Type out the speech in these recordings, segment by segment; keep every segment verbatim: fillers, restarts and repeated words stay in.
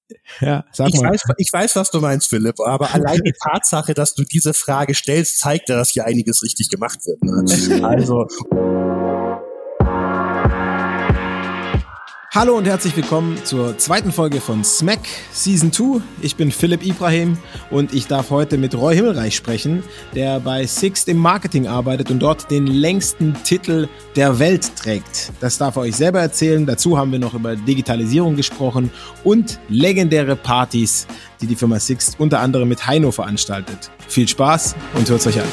Ja, sag ich mal. weiß, ich weiß, was du meinst, Philipp, aber allein die Tatsache, dass du diese Frage stellst, zeigt ja, dass hier einiges richtig gemacht wird. Ne? Also Hallo und herzlich willkommen zur zweiten Folge von Smack Season zwei. Ich bin Philipp Ibrahim und ich darf heute mit Roy Himmelreich sprechen, der bei Sixt im Marketing arbeitet und dort den längsten Titel der Welt trägt. Das darf er euch selber erzählen. Dazu haben wir noch über Digitalisierung gesprochen und legendäre Partys, die die Firma Sixt unter anderem mit Heino veranstaltet. Viel Spaß und hört's euch an.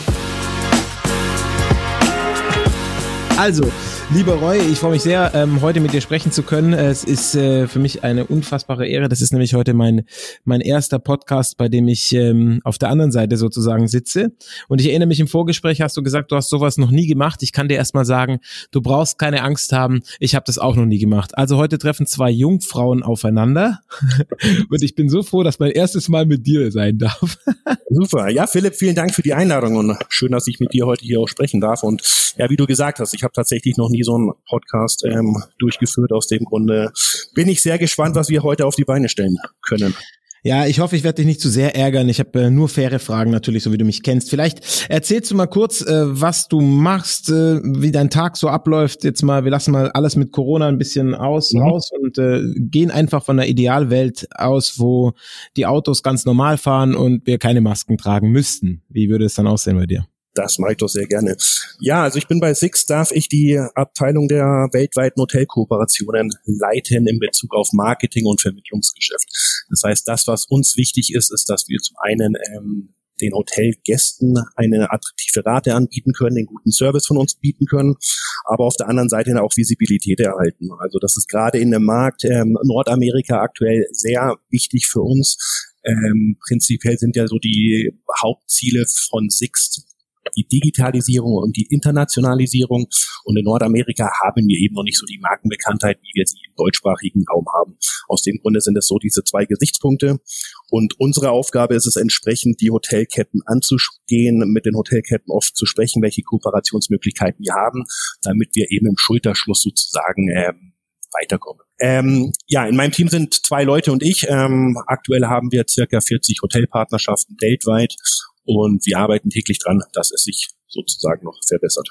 Also, lieber Roy, ich freue mich sehr, ähm, heute mit dir sprechen zu können. Es ist äh, für mich eine unfassbare Ehre. Das ist nämlich heute mein mein erster Podcast, bei dem ich ähm, auf der anderen Seite sozusagen sitze. Und ich erinnere mich, im Vorgespräch hast du gesagt, du hast sowas noch nie gemacht. Ich kann dir erstmal sagen, du brauchst keine Angst haben. Ich habe das auch noch nie gemacht. Also heute treffen zwei Jungfrauen aufeinander. Und ich bin so froh, dass mein erstes Mal mit dir sein darf. Super. Ja, Philipp, vielen Dank für die Einladung und schön, dass ich mit dir heute hier auch sprechen darf. Und ja, wie du gesagt hast, ich habe tatsächlich noch nie so einen Podcast ähm, durchgeführt. Aus dem Grunde bin ich sehr gespannt, was wir heute auf die Beine stellen können. Ja, ich hoffe, ich werde dich nicht zu sehr ärgern. Ich habe äh, nur faire Fragen natürlich, so wie du mich kennst. Vielleicht erzählst du mal kurz, äh, was du machst, äh, wie dein Tag so abläuft. Jetzt mal, wir lassen mal alles mit Corona ein bisschen aus, mhm. raus und äh, gehen einfach von der Idealwelt aus, wo die Autos ganz normal fahren und wir keine Masken tragen müssten. Wie würde es dann aussehen bei dir? Das mache ich doch sehr gerne. Ja, also ich bin bei Sixt, darf ich die Abteilung der weltweiten Hotelkooperationen leiten in Bezug auf Marketing und Vermittlungsgeschäft. Das heißt, das, was uns wichtig ist, ist, dass wir zum einen ähm, den Hotelgästen eine attraktive Rate anbieten können, den guten Service von uns bieten können, aber auf der anderen Seite auch Visibilität erhalten. Also das ist gerade in dem Markt ähm, Nordamerika aktuell sehr wichtig für uns. Ähm, prinzipiell sind ja so die Hauptziele von Sixt die Digitalisierung und die Internationalisierung. Und in Nordamerika haben wir eben noch nicht so die Markenbekanntheit, wie wir sie im deutschsprachigen Raum haben. Aus dem Grunde sind es so diese zwei Gesichtspunkte. Und unsere Aufgabe ist es entsprechend, die Hotelketten anzugehen, mit den Hotelketten oft zu sprechen, welche Kooperationsmöglichkeiten wir haben, damit wir eben im Schulterschluss sozusagen ähm, weiterkommen. Ähm, ja, in meinem Team sind zwei Leute und ich. Ähm, aktuell haben wir circa vierzig Hotelpartnerschaften weltweit. Und wir arbeiten täglich dran, dass es sich sozusagen noch verbessert.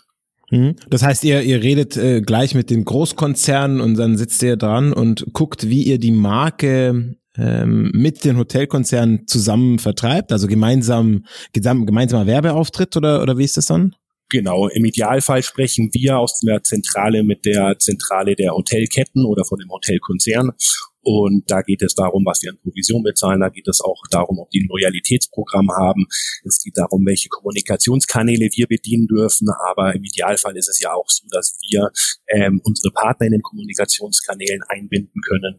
Das heißt, ihr ihr redet äh, gleich mit den Großkonzernen und dann sitzt ihr dran und guckt, wie ihr die Marke ähm, mit den Hotelkonzernen zusammen vertreibt, also gemeinsam gemeinsamer Werbeauftritt oder oder wie ist das dann? Genau, im Idealfall sprechen wir aus der Zentrale mit der Zentrale der Hotelketten oder von dem Hotelkonzern. Und da geht es darum, was wir an Provision bezahlen. Da geht es auch darum, ob die ein Loyalitätsprogramm haben. Es geht darum, welche Kommunikationskanäle wir bedienen dürfen. Aber im Idealfall ist es ja auch so, dass wir ähm, unsere Partner in den Kommunikationskanälen einbinden können.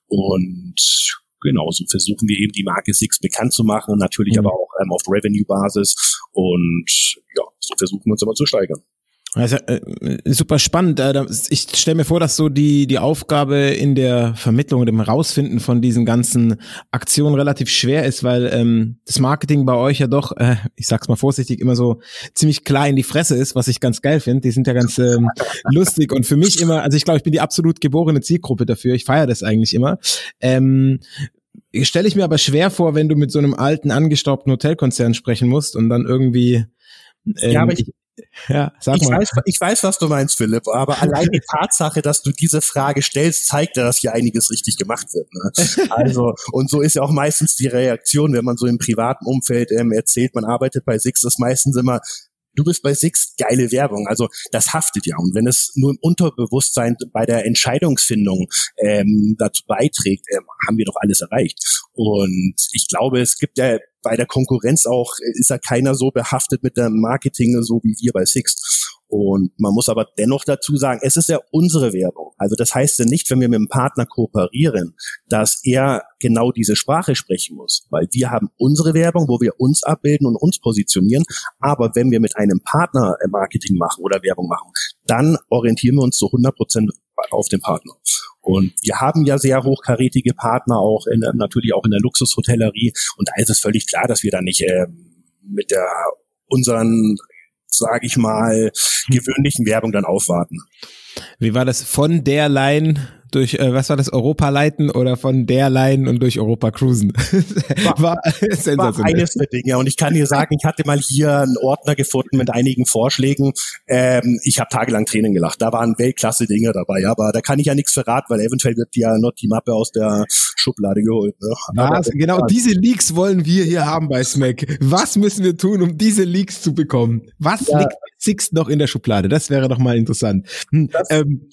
Und genau, so versuchen wir eben die Marke Sixt bekannt zu machen. Natürlich mhm. aber auch ähm, auf Revenue-Basis. Und ja, so versuchen wir uns immer zu steigern. Also, äh, super spannend. Ich stelle mir vor, dass so die die Aufgabe in der Vermittlung und dem Herausfinden von diesen ganzen Aktionen relativ schwer ist, weil ähm, das Marketing bei euch ja doch, äh, ich sag's mal vorsichtig, immer so ziemlich klar in die Fresse ist, was ich ganz geil finde. Die sind ja ganz ähm, lustig und für mich immer, also ich glaube, ich bin die absolut geborene Zielgruppe dafür. Ich feiere das eigentlich immer. Ähm, stelle ich mir aber schwer vor, wenn du mit so einem alten, angestaubten Hotelkonzern sprechen musst und dann irgendwie ähm, ja, aber ich Ja, sag ich mal. weiß, ich weiß, was du meinst, Philipp, aber allein die Tatsache, dass du diese Frage stellst, zeigt ja, dass hier einiges richtig gemacht wird. Ne? Also, und so ist ja auch meistens die Reaktion, wenn man so im privaten Umfeld ähm, erzählt, man arbeitet bei Sixt, ist meistens immer, du bist bei Sixt, geile Werbung. Also das haftet ja. Und wenn es nur im Unterbewusstsein bei der Entscheidungsfindung ähm, dazu beiträgt, ähm, haben wir doch alles erreicht. Und ich glaube, es gibt ja bei der Konkurrenz auch, ist ja keiner so behaftet mit dem Marketing, so wie wir bei Sixt. Und man muss aber dennoch dazu sagen, es ist ja unsere Werbung. Also das heißt ja nicht, wenn wir mit einem Partner kooperieren, dass er genau diese Sprache sprechen muss. Weil wir haben unsere Werbung, wo wir uns abbilden und uns positionieren. Aber wenn wir mit einem Partner Marketing machen oder Werbung machen, dann orientieren wir uns zu hundert Prozent auf den Partner. Und wir haben ja sehr hochkarätige Partner, auch in, natürlich auch in der Luxushotellerie. Und da ist es völlig klar, dass wir da nicht äh, mit der unseren, sage ich mal, gewöhnlichen Werbung dann aufwarten. Wie war das? Von der Line durch, äh, was war das, Europa leiten oder von der Leinen und durch Europa cruisen. War, war sensationell. War eines der Dinge. Und ich kann dir sagen, ich hatte mal hier einen Ordner gefunden mit einigen Vorschlägen. Ähm, ich habe tagelang Tränen gelacht. Da waren Weltklasse-Dinge dabei. Aber da kann ich ja nichts verraten, weil eventuell wird ja noch die Mappe aus der Schublade geholt. Ne? Was? Genau was. Diese Leaks wollen wir hier haben bei Smack. Was müssen wir tun, um diese Leaks zu bekommen? Was ja. liegt Sixt noch in der Schublade? Das wäre doch mal interessant. Hm, das ähm,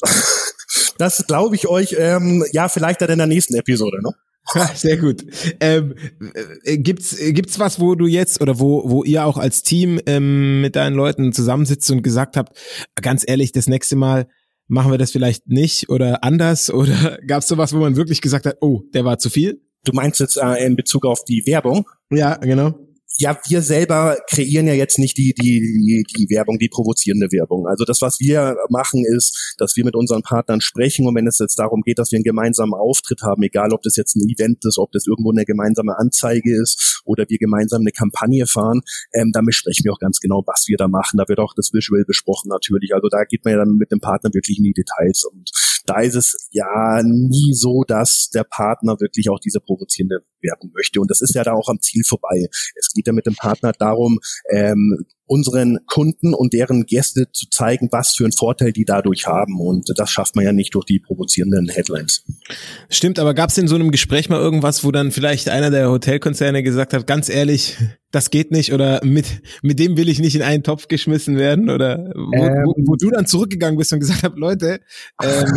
das glaube ich euch, ähm, ja, vielleicht dann in der nächsten Episode, ne? Sehr gut. Ähm, äh, gibt's gibt's was, wo du jetzt oder wo wo ihr auch als Team ähm, mit deinen Leuten zusammensitzt und gesagt habt, ganz ehrlich, das nächste Mal machen wir das vielleicht nicht oder anders, oder gab's sowas, wo man wirklich gesagt hat, oh, der war zu viel? Du meinst jetzt äh, in Bezug auf die Werbung? Ja, genau. Ja, wir selber kreieren ja jetzt nicht die, die, die, die Werbung, die provozierende Werbung. Also das, was wir machen, ist, dass wir mit unseren Partnern sprechen, und wenn es jetzt darum geht, dass wir einen gemeinsamen Auftritt haben, egal ob das jetzt ein Event ist, ob das irgendwo eine gemeinsame Anzeige ist oder wir gemeinsam eine Kampagne fahren, ähm, damit sprechen wir auch ganz genau, was wir da machen. Da wird auch das Visual besprochen natürlich. Also da geht man ja dann mit dem Partner wirklich in die Details, und da ist es ja nie so, dass der Partner wirklich auch diese provozierende Werbung möchte. Und das ist ja da auch am Ziel vorbei. Es geht ja mit dem Partner darum, ähm, unseren Kunden und deren Gäste zu zeigen, was für einen Vorteil die dadurch haben. Und das schafft man ja nicht durch die provozierenden Headlines. Stimmt, aber gab es in so einem Gespräch mal irgendwas, wo dann vielleicht einer der Hotelkonzerne gesagt hat, ganz ehrlich, das geht nicht, oder mit mit dem will ich nicht in einen Topf geschmissen werden, oder wo, ähm, wo, wo du dann zurückgegangen bist und gesagt hast, Leute, ähm,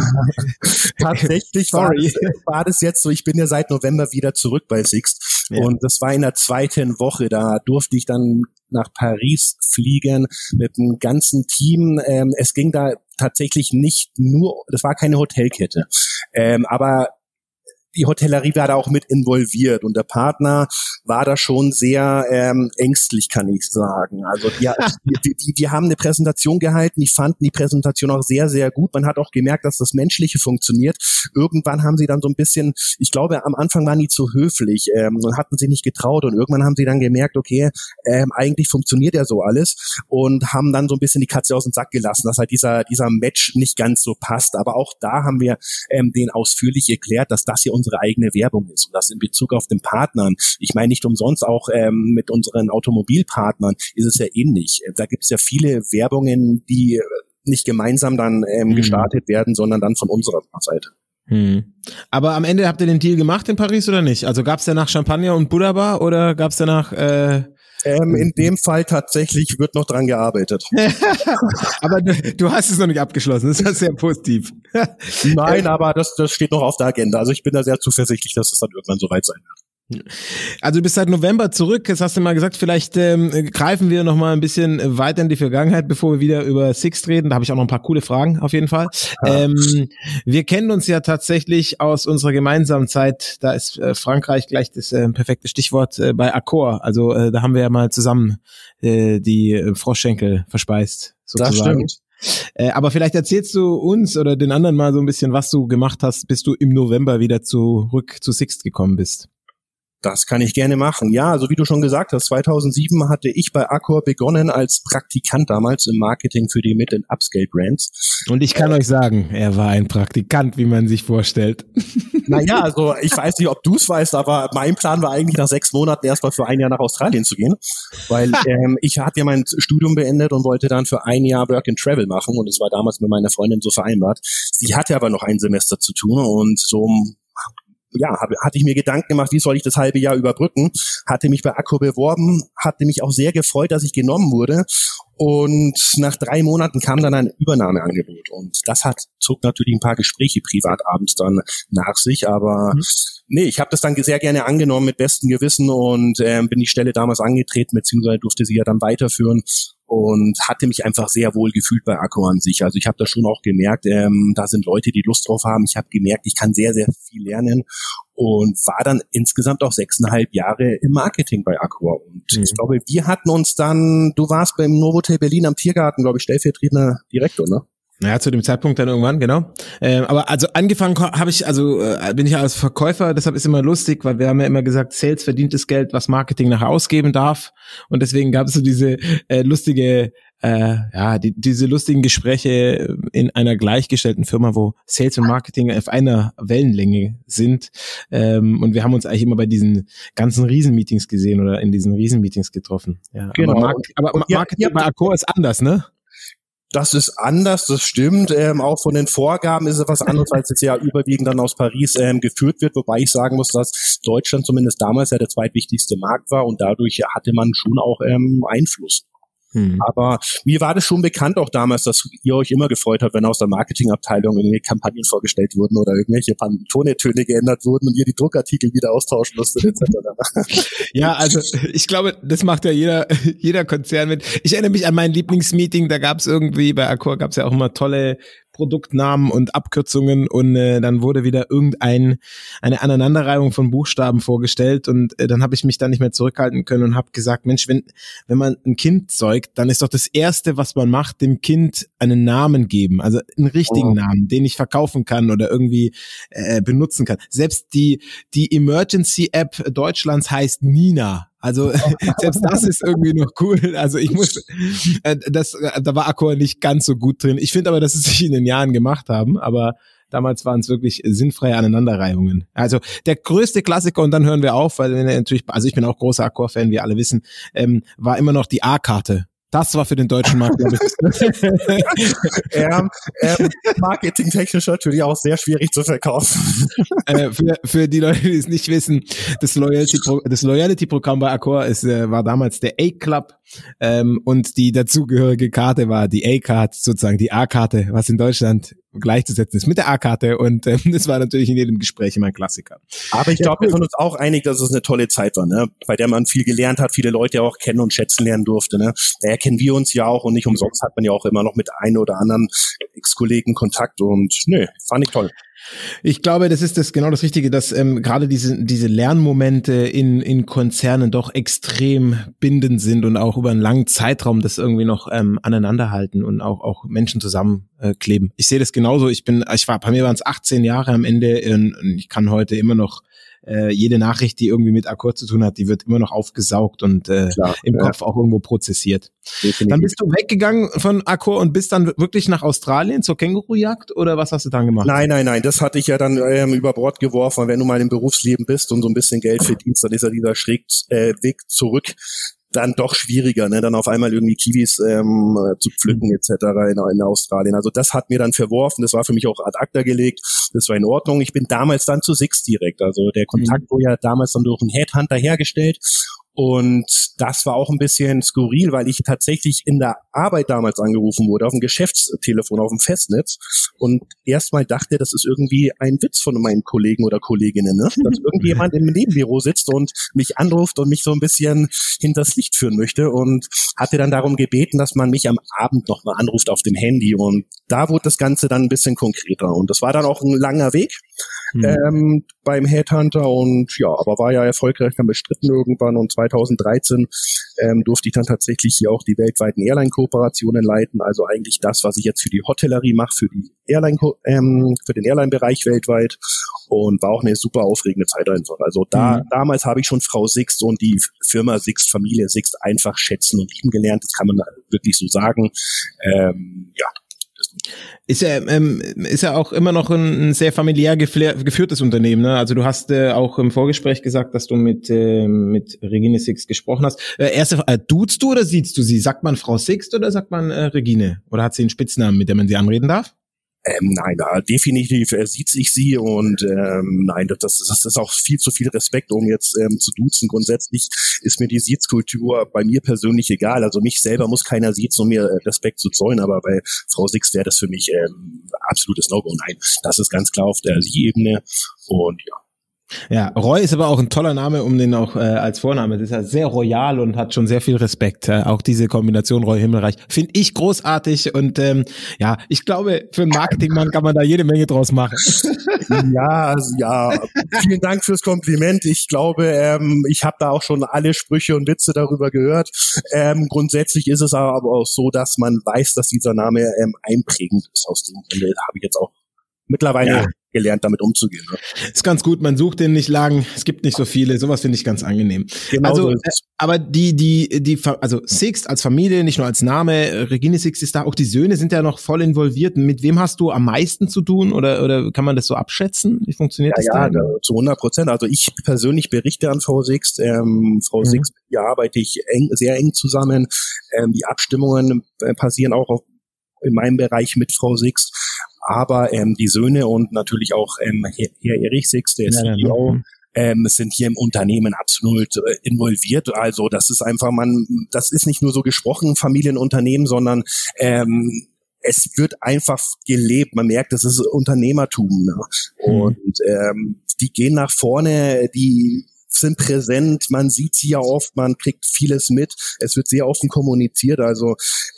tatsächlich war das, war das jetzt so, ich bin ja seit November wieder zurück bei Sixt, ja. Und das war in der zweiten Woche, da durfte ich dann nach Paris fliegen mit einem ganzen Team. Ähm, es ging da tatsächlich nicht nur, das war keine Hotelkette, ähm, aber die Hotellerie war da auch mit involviert, und der Partner war da schon sehr ähm, ängstlich, kann ich sagen. Also ja, wir, wir, wir haben eine Präsentation gehalten, die fanden die Präsentation auch sehr, sehr gut. Man hat auch gemerkt, dass das Menschliche funktioniert. Irgendwann haben sie dann so ein bisschen, ich glaube, am Anfang waren die zu höflich ähm, und hatten sich nicht getraut, und irgendwann haben sie dann gemerkt, okay, ähm, eigentlich funktioniert ja so alles, und haben dann so ein bisschen die Katze aus dem Sack gelassen, dass halt dieser dieser Match nicht ganz so passt. Aber auch da haben wir ähm, den ausführlich erklärt, dass das hier unsere eigene Werbung ist, und das in Bezug auf den Partnern. Ich meine, nicht umsonst auch ähm, mit unseren Automobilpartnern ist es ja ähnlich. Da gibt es ja viele Werbungen, die nicht gemeinsam dann ähm, mhm. gestartet werden, sondern dann von unserer Seite. Hm. Aber am Ende habt ihr den Deal gemacht in Paris oder nicht? Also gab es danach Champagner und Buddha Bar, oder gab es danach äh Ähm, in dem Fall tatsächlich wird noch dran gearbeitet. Aber du, du hast es noch nicht abgeschlossen, das ist sehr positiv. Nein, aber das, das steht noch auf der Agenda. Also ich bin da sehr zuversichtlich, dass es dann irgendwann soweit sein wird. Also du bist seit November zurück, jetzt hast du mal gesagt, vielleicht ähm, greifen wir noch mal ein bisschen weiter in die Vergangenheit, bevor wir wieder über Sixt reden. Da habe ich auch noch ein paar coole Fragen auf jeden Fall. Ja. Ähm, wir kennen uns ja tatsächlich aus unserer gemeinsamen Zeit, da ist äh, Frankreich gleich das äh, perfekte Stichwort, äh, bei Accor. Also äh, da haben wir ja mal zusammen äh, die äh, Froschschenkel verspeist, sozusagen. Das stimmt. Äh, aber vielleicht erzählst du uns oder den anderen mal so ein bisschen, was du gemacht hast, bis du im November wieder zurück zu Sixt gekommen bist. Das kann ich gerne machen. Ja, also wie du schon gesagt hast, zweitausendsieben hatte ich bei Accor begonnen als Praktikant damals im Marketing für die Mid- und Upscale-Brands. Und ich kann äh, euch sagen, er war ein Praktikant, wie man sich vorstellt. Naja, also ich weiß nicht, ob du es weißt, aber mein Plan war eigentlich nach sechs Monaten erstmal für ein Jahr nach Australien zu gehen, weil ähm, ich hatte ja mein Studium beendet und wollte dann für ein Jahr Work and Travel machen, und es war damals mit meiner Freundin so vereinbart. Sie hatte aber noch ein Semester zu tun, und so ja, hab, hatte ich mir Gedanken gemacht, wie soll ich das halbe Jahr überbrücken, hatte mich bei Accor beworben, hatte mich auch sehr gefreut, dass ich genommen wurde, und nach drei Monaten kam dann ein Übernahmeangebot, und das hat zog natürlich ein paar Gespräche privat abends dann nach sich, aber mhm. nee, ich habe das dann sehr gerne angenommen mit bestem Gewissen, und ähm, bin die Stelle damals angetreten, beziehungsweise durfte sie ja dann weiterführen, und hatte mich einfach sehr wohl gefühlt bei Accor an sich. Also ich habe da schon auch gemerkt, ähm, da sind Leute, die Lust drauf haben. Ich habe gemerkt, ich kann sehr, sehr viel lernen, und war dann insgesamt auch sechseinhalb Jahre im Marketing bei Accor. Und mhm. ich glaube, wir hatten uns dann, du warst beim Novotel Berlin am Tiergarten, glaube ich, stellvertretender Direktor, ne? Ja, zu dem Zeitpunkt dann irgendwann, genau. Ähm, aber also angefangen habe ich, also äh, bin ich ja als Verkäufer, deshalb ist immer lustig, weil wir haben ja immer gesagt, Sales verdient das Geld, was Marketing nachher ausgeben darf. Und deswegen gab es so diese äh, lustige äh, ja, die, diese lustigen Gespräche in einer gleichgestellten Firma, wo Sales und Marketing auf einer Wellenlänge sind. Ähm, und wir haben uns eigentlich immer bei diesen ganzen Riesenmeetings gesehen oder in diesen Riesenmeetings getroffen. Ja, genau. Aber, Mar- aber und Marketing ja, bei Accor ist anders, ne? Das ist anders, das stimmt. Ähm, auch von den Vorgaben ist es was anderes, weil es jetzt ja überwiegend dann aus Paris ähm, geführt wird, wobei ich sagen muss, dass Deutschland zumindest damals ja der zweitwichtigste Markt war und dadurch hatte man schon auch ähm, Einfluss. Hm. Aber mir war das schon bekannt auch damals, dass ihr euch immer gefreut habt, wenn aus der Marketingabteilung irgendwelche Kampagnen vorgestellt wurden oder irgendwelche Pantone-Töne geändert wurden und ihr die Druckartikel wieder austauschen musstet et cetera. Ja, also ich glaube, das macht ja jeder jeder Konzern mit. Ich erinnere mich an mein Lieblingsmeeting, da gab es irgendwie, bei Accor gab es ja auch immer tolle Produktnamen und Abkürzungen und äh, dann wurde wieder irgendein eine Aneinanderreihung von Buchstaben vorgestellt und äh, dann habe ich mich da nicht mehr zurückhalten können und habe gesagt, Mensch, wenn wenn man ein Kind zeugt, dann ist doch das Erste, was man macht, dem Kind einen Namen geben, also einen richtigen oh. Namen, den ich verkaufen kann oder irgendwie äh, benutzen kann. Selbst die die Emergency-App Deutschlands heißt Nina. Also selbst das ist irgendwie noch cool. Also ich muss, äh, das, äh, da war Accor nicht ganz so gut drin. Ich finde aber, dass sie sich in den Jahren gemacht haben, aber damals waren es wirklich sinnfreie Aneinanderreihungen. Also der größte Klassiker, und dann hören wir auf, weil wir natürlich, also ich bin auch großer Accor-Fan, wie alle wissen, ähm, war immer noch die A-Karte. Das war für den deutschen Markt, glaube ich. ähm, ähm, marketingtechnisch natürlich auch sehr schwierig zu verkaufen. äh, für, für die Leute, die es nicht wissen, das Loyalty, das Loyalty-Programm bei Accor ist, äh, war damals der A-Club ähm, und die dazugehörige Karte war die A-Card, sozusagen die A-Karte, was in Deutschland gleichzusetzen ist mit der A-Karte und ähm, das war natürlich in jedem Gespräch immer ein Klassiker. Aber ich ja, glaube, wir sind uns auch einig, dass es eine tolle Zeit war, ne? Bei der man viel gelernt hat, viele Leute auch kennen und schätzen lernen durfte. Ne? Daher kennen wir uns ja auch und nicht umsonst hat man ja auch immer noch mit ein oder anderen Ex-Kollegen Kontakt und nö, fand ich toll. Ich glaube, das ist das genau das Richtige, dass ähm, gerade diese diese Lernmomente in in Konzernen doch extrem bindend sind und auch über einen langen Zeitraum das irgendwie noch ähm, aneinander halten und auch auch Menschen zusammenkleben. Äh, ich sehe das genauso. Ich bin, ich war bei mir waren es achtzehn Jahre am Ende und ich kann heute immer noch äh, jede Nachricht, die irgendwie mit Accor zu tun hat, die wird immer noch aufgesaugt und äh, Klar, im ja. Kopf auch irgendwo prozessiert. Definitiv. Dann bist du weggegangen von Accor und bist dann wirklich nach Australien zur Kängurujagd oder was hast du dann gemacht? Nein, nein, nein, das hatte ich ja dann ähm, über Bord geworfen. Wenn du mal im Berufsleben bist und so ein bisschen Geld verdienst, dann ist ja dieser Schräg äh, Weg zurück dann doch schwieriger, ne, dann auf einmal irgendwie Kiwis ähm, zu pflücken et cetera in, in Australien. Also das hat mir dann verworfen, das war für mich auch ad acta gelegt, das war in Ordnung. Ich bin damals dann zu Six direkt, also der Kontakt wurde ja damals dann durch einen Headhunter hergestellt und das war auch ein bisschen skurril, weil ich tatsächlich in der Arbeit damals angerufen wurde, auf dem Geschäftstelefon, auf dem Festnetz und erstmal dachte, das ist irgendwie ein Witz von meinen Kollegen oder Kolleginnen, ne? Dass irgendjemand im Nebenbüro sitzt und mich anruft und mich so ein bisschen hinters Licht führen möchte und hatte dann darum gebeten, dass man mich am Abend nochmal anruft auf dem Handy und da wurde das Ganze dann ein bisschen konkreter und das war dann auch ein langer Weg hm. ähm, beim Headhunter und ja, aber war ja erfolgreich dann bestritten irgendwann und zweitausenddreizehn ähm, durfte ich dann tatsächlich hier auch die weltweiten Airline-Kooperationen leiten, also eigentlich das, was ich jetzt für die Hotellerie mache, für die Airline, ähm, für den Airline-Bereich weltweit und war auch eine super aufregende Zeit einfach. Also da mhm. damals habe ich schon Frau Sixt und die Firma Sixt, Familie Sixt einfach schätzen und lieben gelernt, das kann man wirklich so sagen. Ähm, ja. Ist ja, ähm, ist ja auch immer noch ein, ein sehr familiär geführtes Unternehmen, ne? Also du hast äh, auch im Vorgespräch gesagt, dass du mit äh, mit Regine Sixt gesprochen hast. Äh, erste, äh, duzt du oder siehst du sie? Sagt man Frau Sixt oder sagt man äh, Regine? Oder hat sie einen Spitznamen, mit dem man sie anreden darf? Ähm, nein, da definitiv äh, sieht sich sie und ähm, nein, das, das ist auch viel zu viel Respekt, um jetzt ähm, zu duzen. Grundsätzlich ist mir die Siezkultur bei mir persönlich egal. Also mich selber muss keiner siezen, um mir äh, Respekt zu zollen, aber bei Frau Sixt wäre das für mich ähm, absolutes No-Go. Nein, das ist ganz klar auf der Sie-Ebene und ja. Ja, Roy ist aber auch ein toller Name, um den auch äh, als Vorname. Das ist ja sehr royal und hat schon sehr viel Respekt. Äh, auch diese Kombination Roy Himmelreich finde ich großartig und ähm, ja, ich glaube, für einen Marketingmann kann man da jede Menge draus machen. Ja, also, ja, vielen Dank fürs Kompliment. Ich glaube, ähm, ich habe da auch schon alle Sprüche und Witze darüber gehört. Ähm, grundsätzlich ist es aber auch so, dass man weiß, dass dieser Name ähm, einprägend ist. Aus dem Grunde habe ich jetzt auch mittlerweile ja. gelernt, damit umzugehen. Ne? Ist ganz gut, man sucht den nicht lang, es gibt nicht so viele, sowas finde ich ganz angenehm. Genau also, so äh, aber die, die, die, also Sixt als Familie, nicht nur als Name, Regine Sixt ist da, auch die Söhne sind ja noch voll involviert. Mit wem hast du am meisten zu tun oder, oder kann man das so abschätzen? Wie funktioniert ja, das ja, da? Ja, zu hundert Prozent. Also ich persönlich berichte an Frau Sixt. Ähm, Frau mhm. Sixt, ja, arbeite ich eng, sehr eng zusammen. Ähm, die Abstimmungen äh, passieren auch auf, in meinem Bereich mit Frau Sixt. Aber ähm, die Söhne und natürlich auch ähm, Herr Erich Sixt, der ja, C E O, ja. ähm, sind hier im Unternehmen absolut äh, involviert. Also das ist einfach, man, das ist nicht nur so gesprochen Familienunternehmen, sondern ähm, es wird einfach gelebt. Man merkt, das ist Unternehmertum. Ne? Mhm. Und ähm, die gehen nach vorne, die sind präsent, man sieht sie ja oft, man kriegt vieles mit. Es wird sehr offen kommuniziert. Also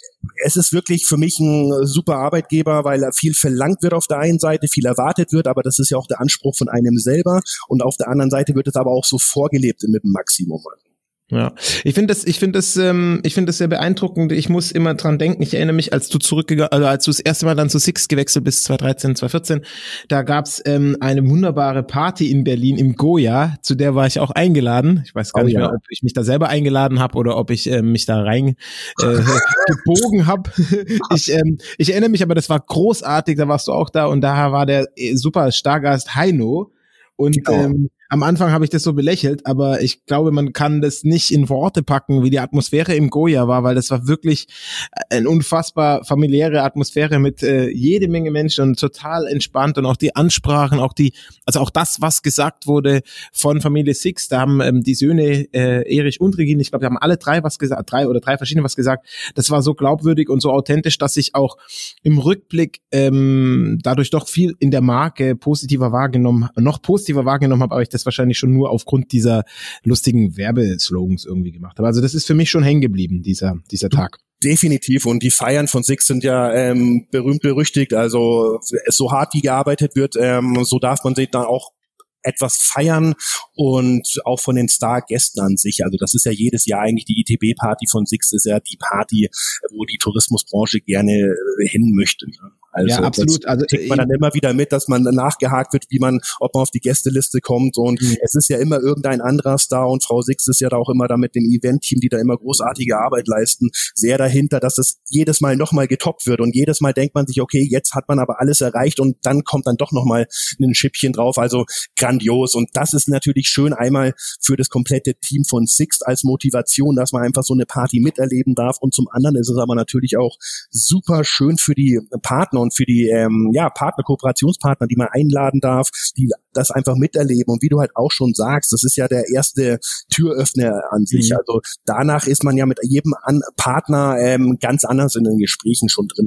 es ist wirklich für mich ein super Arbeitgeber, weil viel verlangt wird auf der einen Seite, viel erwartet wird, aber das ist ja auch der Anspruch von einem selber. Und auf der anderen Seite wird es aber auch so vorgelebt mit dem Maximum. Ja, ich finde das, ich finde das, ähm, ich finde das sehr beeindruckend. Ich muss immer dran denken. Ich erinnere mich, als du zurückgegangen, also als du das erste Mal dann zu Sixt gewechselt bist, zwanzig dreizehn, zwanzig vierzehn, da gab's ähm, eine wunderbare Party in Berlin im Goya, zu der war ich auch eingeladen. Ich weiß gar oh, nicht mehr, ja. ob ich mich da selber eingeladen habe oder ob ich äh, mich da rein äh, gebogen habe. Ich, ähm, ich erinnere mich, aber das war großartig. Da warst du auch da und daher war der äh, super Stargast Heino und genau. ähm, Am Anfang habe ich das so belächelt, aber ich glaube, man kann das nicht in Worte packen, wie die Atmosphäre im Goya war, weil das war wirklich eine unfassbar familiäre Atmosphäre mit äh, jede Menge Menschen und total entspannt und auch die Ansprachen, auch die, also auch das, was gesagt wurde von Familie Sixt, da haben ähm, die Söhne äh, Erich und Regine, ich glaube, die haben alle drei was gesagt, drei oder drei verschiedene was gesagt. Das war so glaubwürdig und so authentisch, dass ich auch im Rückblick ähm, dadurch doch viel in der Marke positiver wahrgenommen, noch positiver wahrgenommen habe, aber ich das wahrscheinlich schon nur aufgrund dieser lustigen Werbeslogans irgendwie gemacht habe. Also das ist für mich schon hängen geblieben, dieser dieser Tag. Definitiv. Und die Feiern von Sixt sind ja ähm, berühmt berüchtigt. Also so hart wie gearbeitet wird, ähm, so darf man sich dann auch etwas feiern und auch von den Stargästen an sich. Also das ist ja jedes Jahr eigentlich die I T B-Party von Sixt, ist ja die Party, wo die Tourismusbranche gerne hin möchte. Also ja, absolut. Das also kriegt man dann immer wieder mit, dass man nachgehakt wird, wie man, ob man auf die Gästeliste kommt. Und mhm. es ist ja immer irgendein anderer Star und Frau Sixt ist ja da auch immer da mit dem Event-Team, die da immer großartige Arbeit leisten, sehr dahinter, dass es jedes Mal nochmal getoppt wird. Und jedes Mal denkt man sich, okay, jetzt hat man aber alles erreicht und dann kommt dann doch nochmal ein Schippchen drauf. Also grandios. Und das ist natürlich schön einmal für das komplette Team von Sixt als Motivation, dass man einfach so eine Party miterleben darf. Und zum anderen ist es aber natürlich auch super schön für die Partner und für die ähm, ja Partner, Kooperationspartner, die man einladen darf, die das einfach miterleben. Und wie du halt auch schon sagst, das ist ja der erste Türöffner an sich. Mhm. Also danach ist man ja mit jedem An- Partner ähm, ganz anders in den Gesprächen schon drin.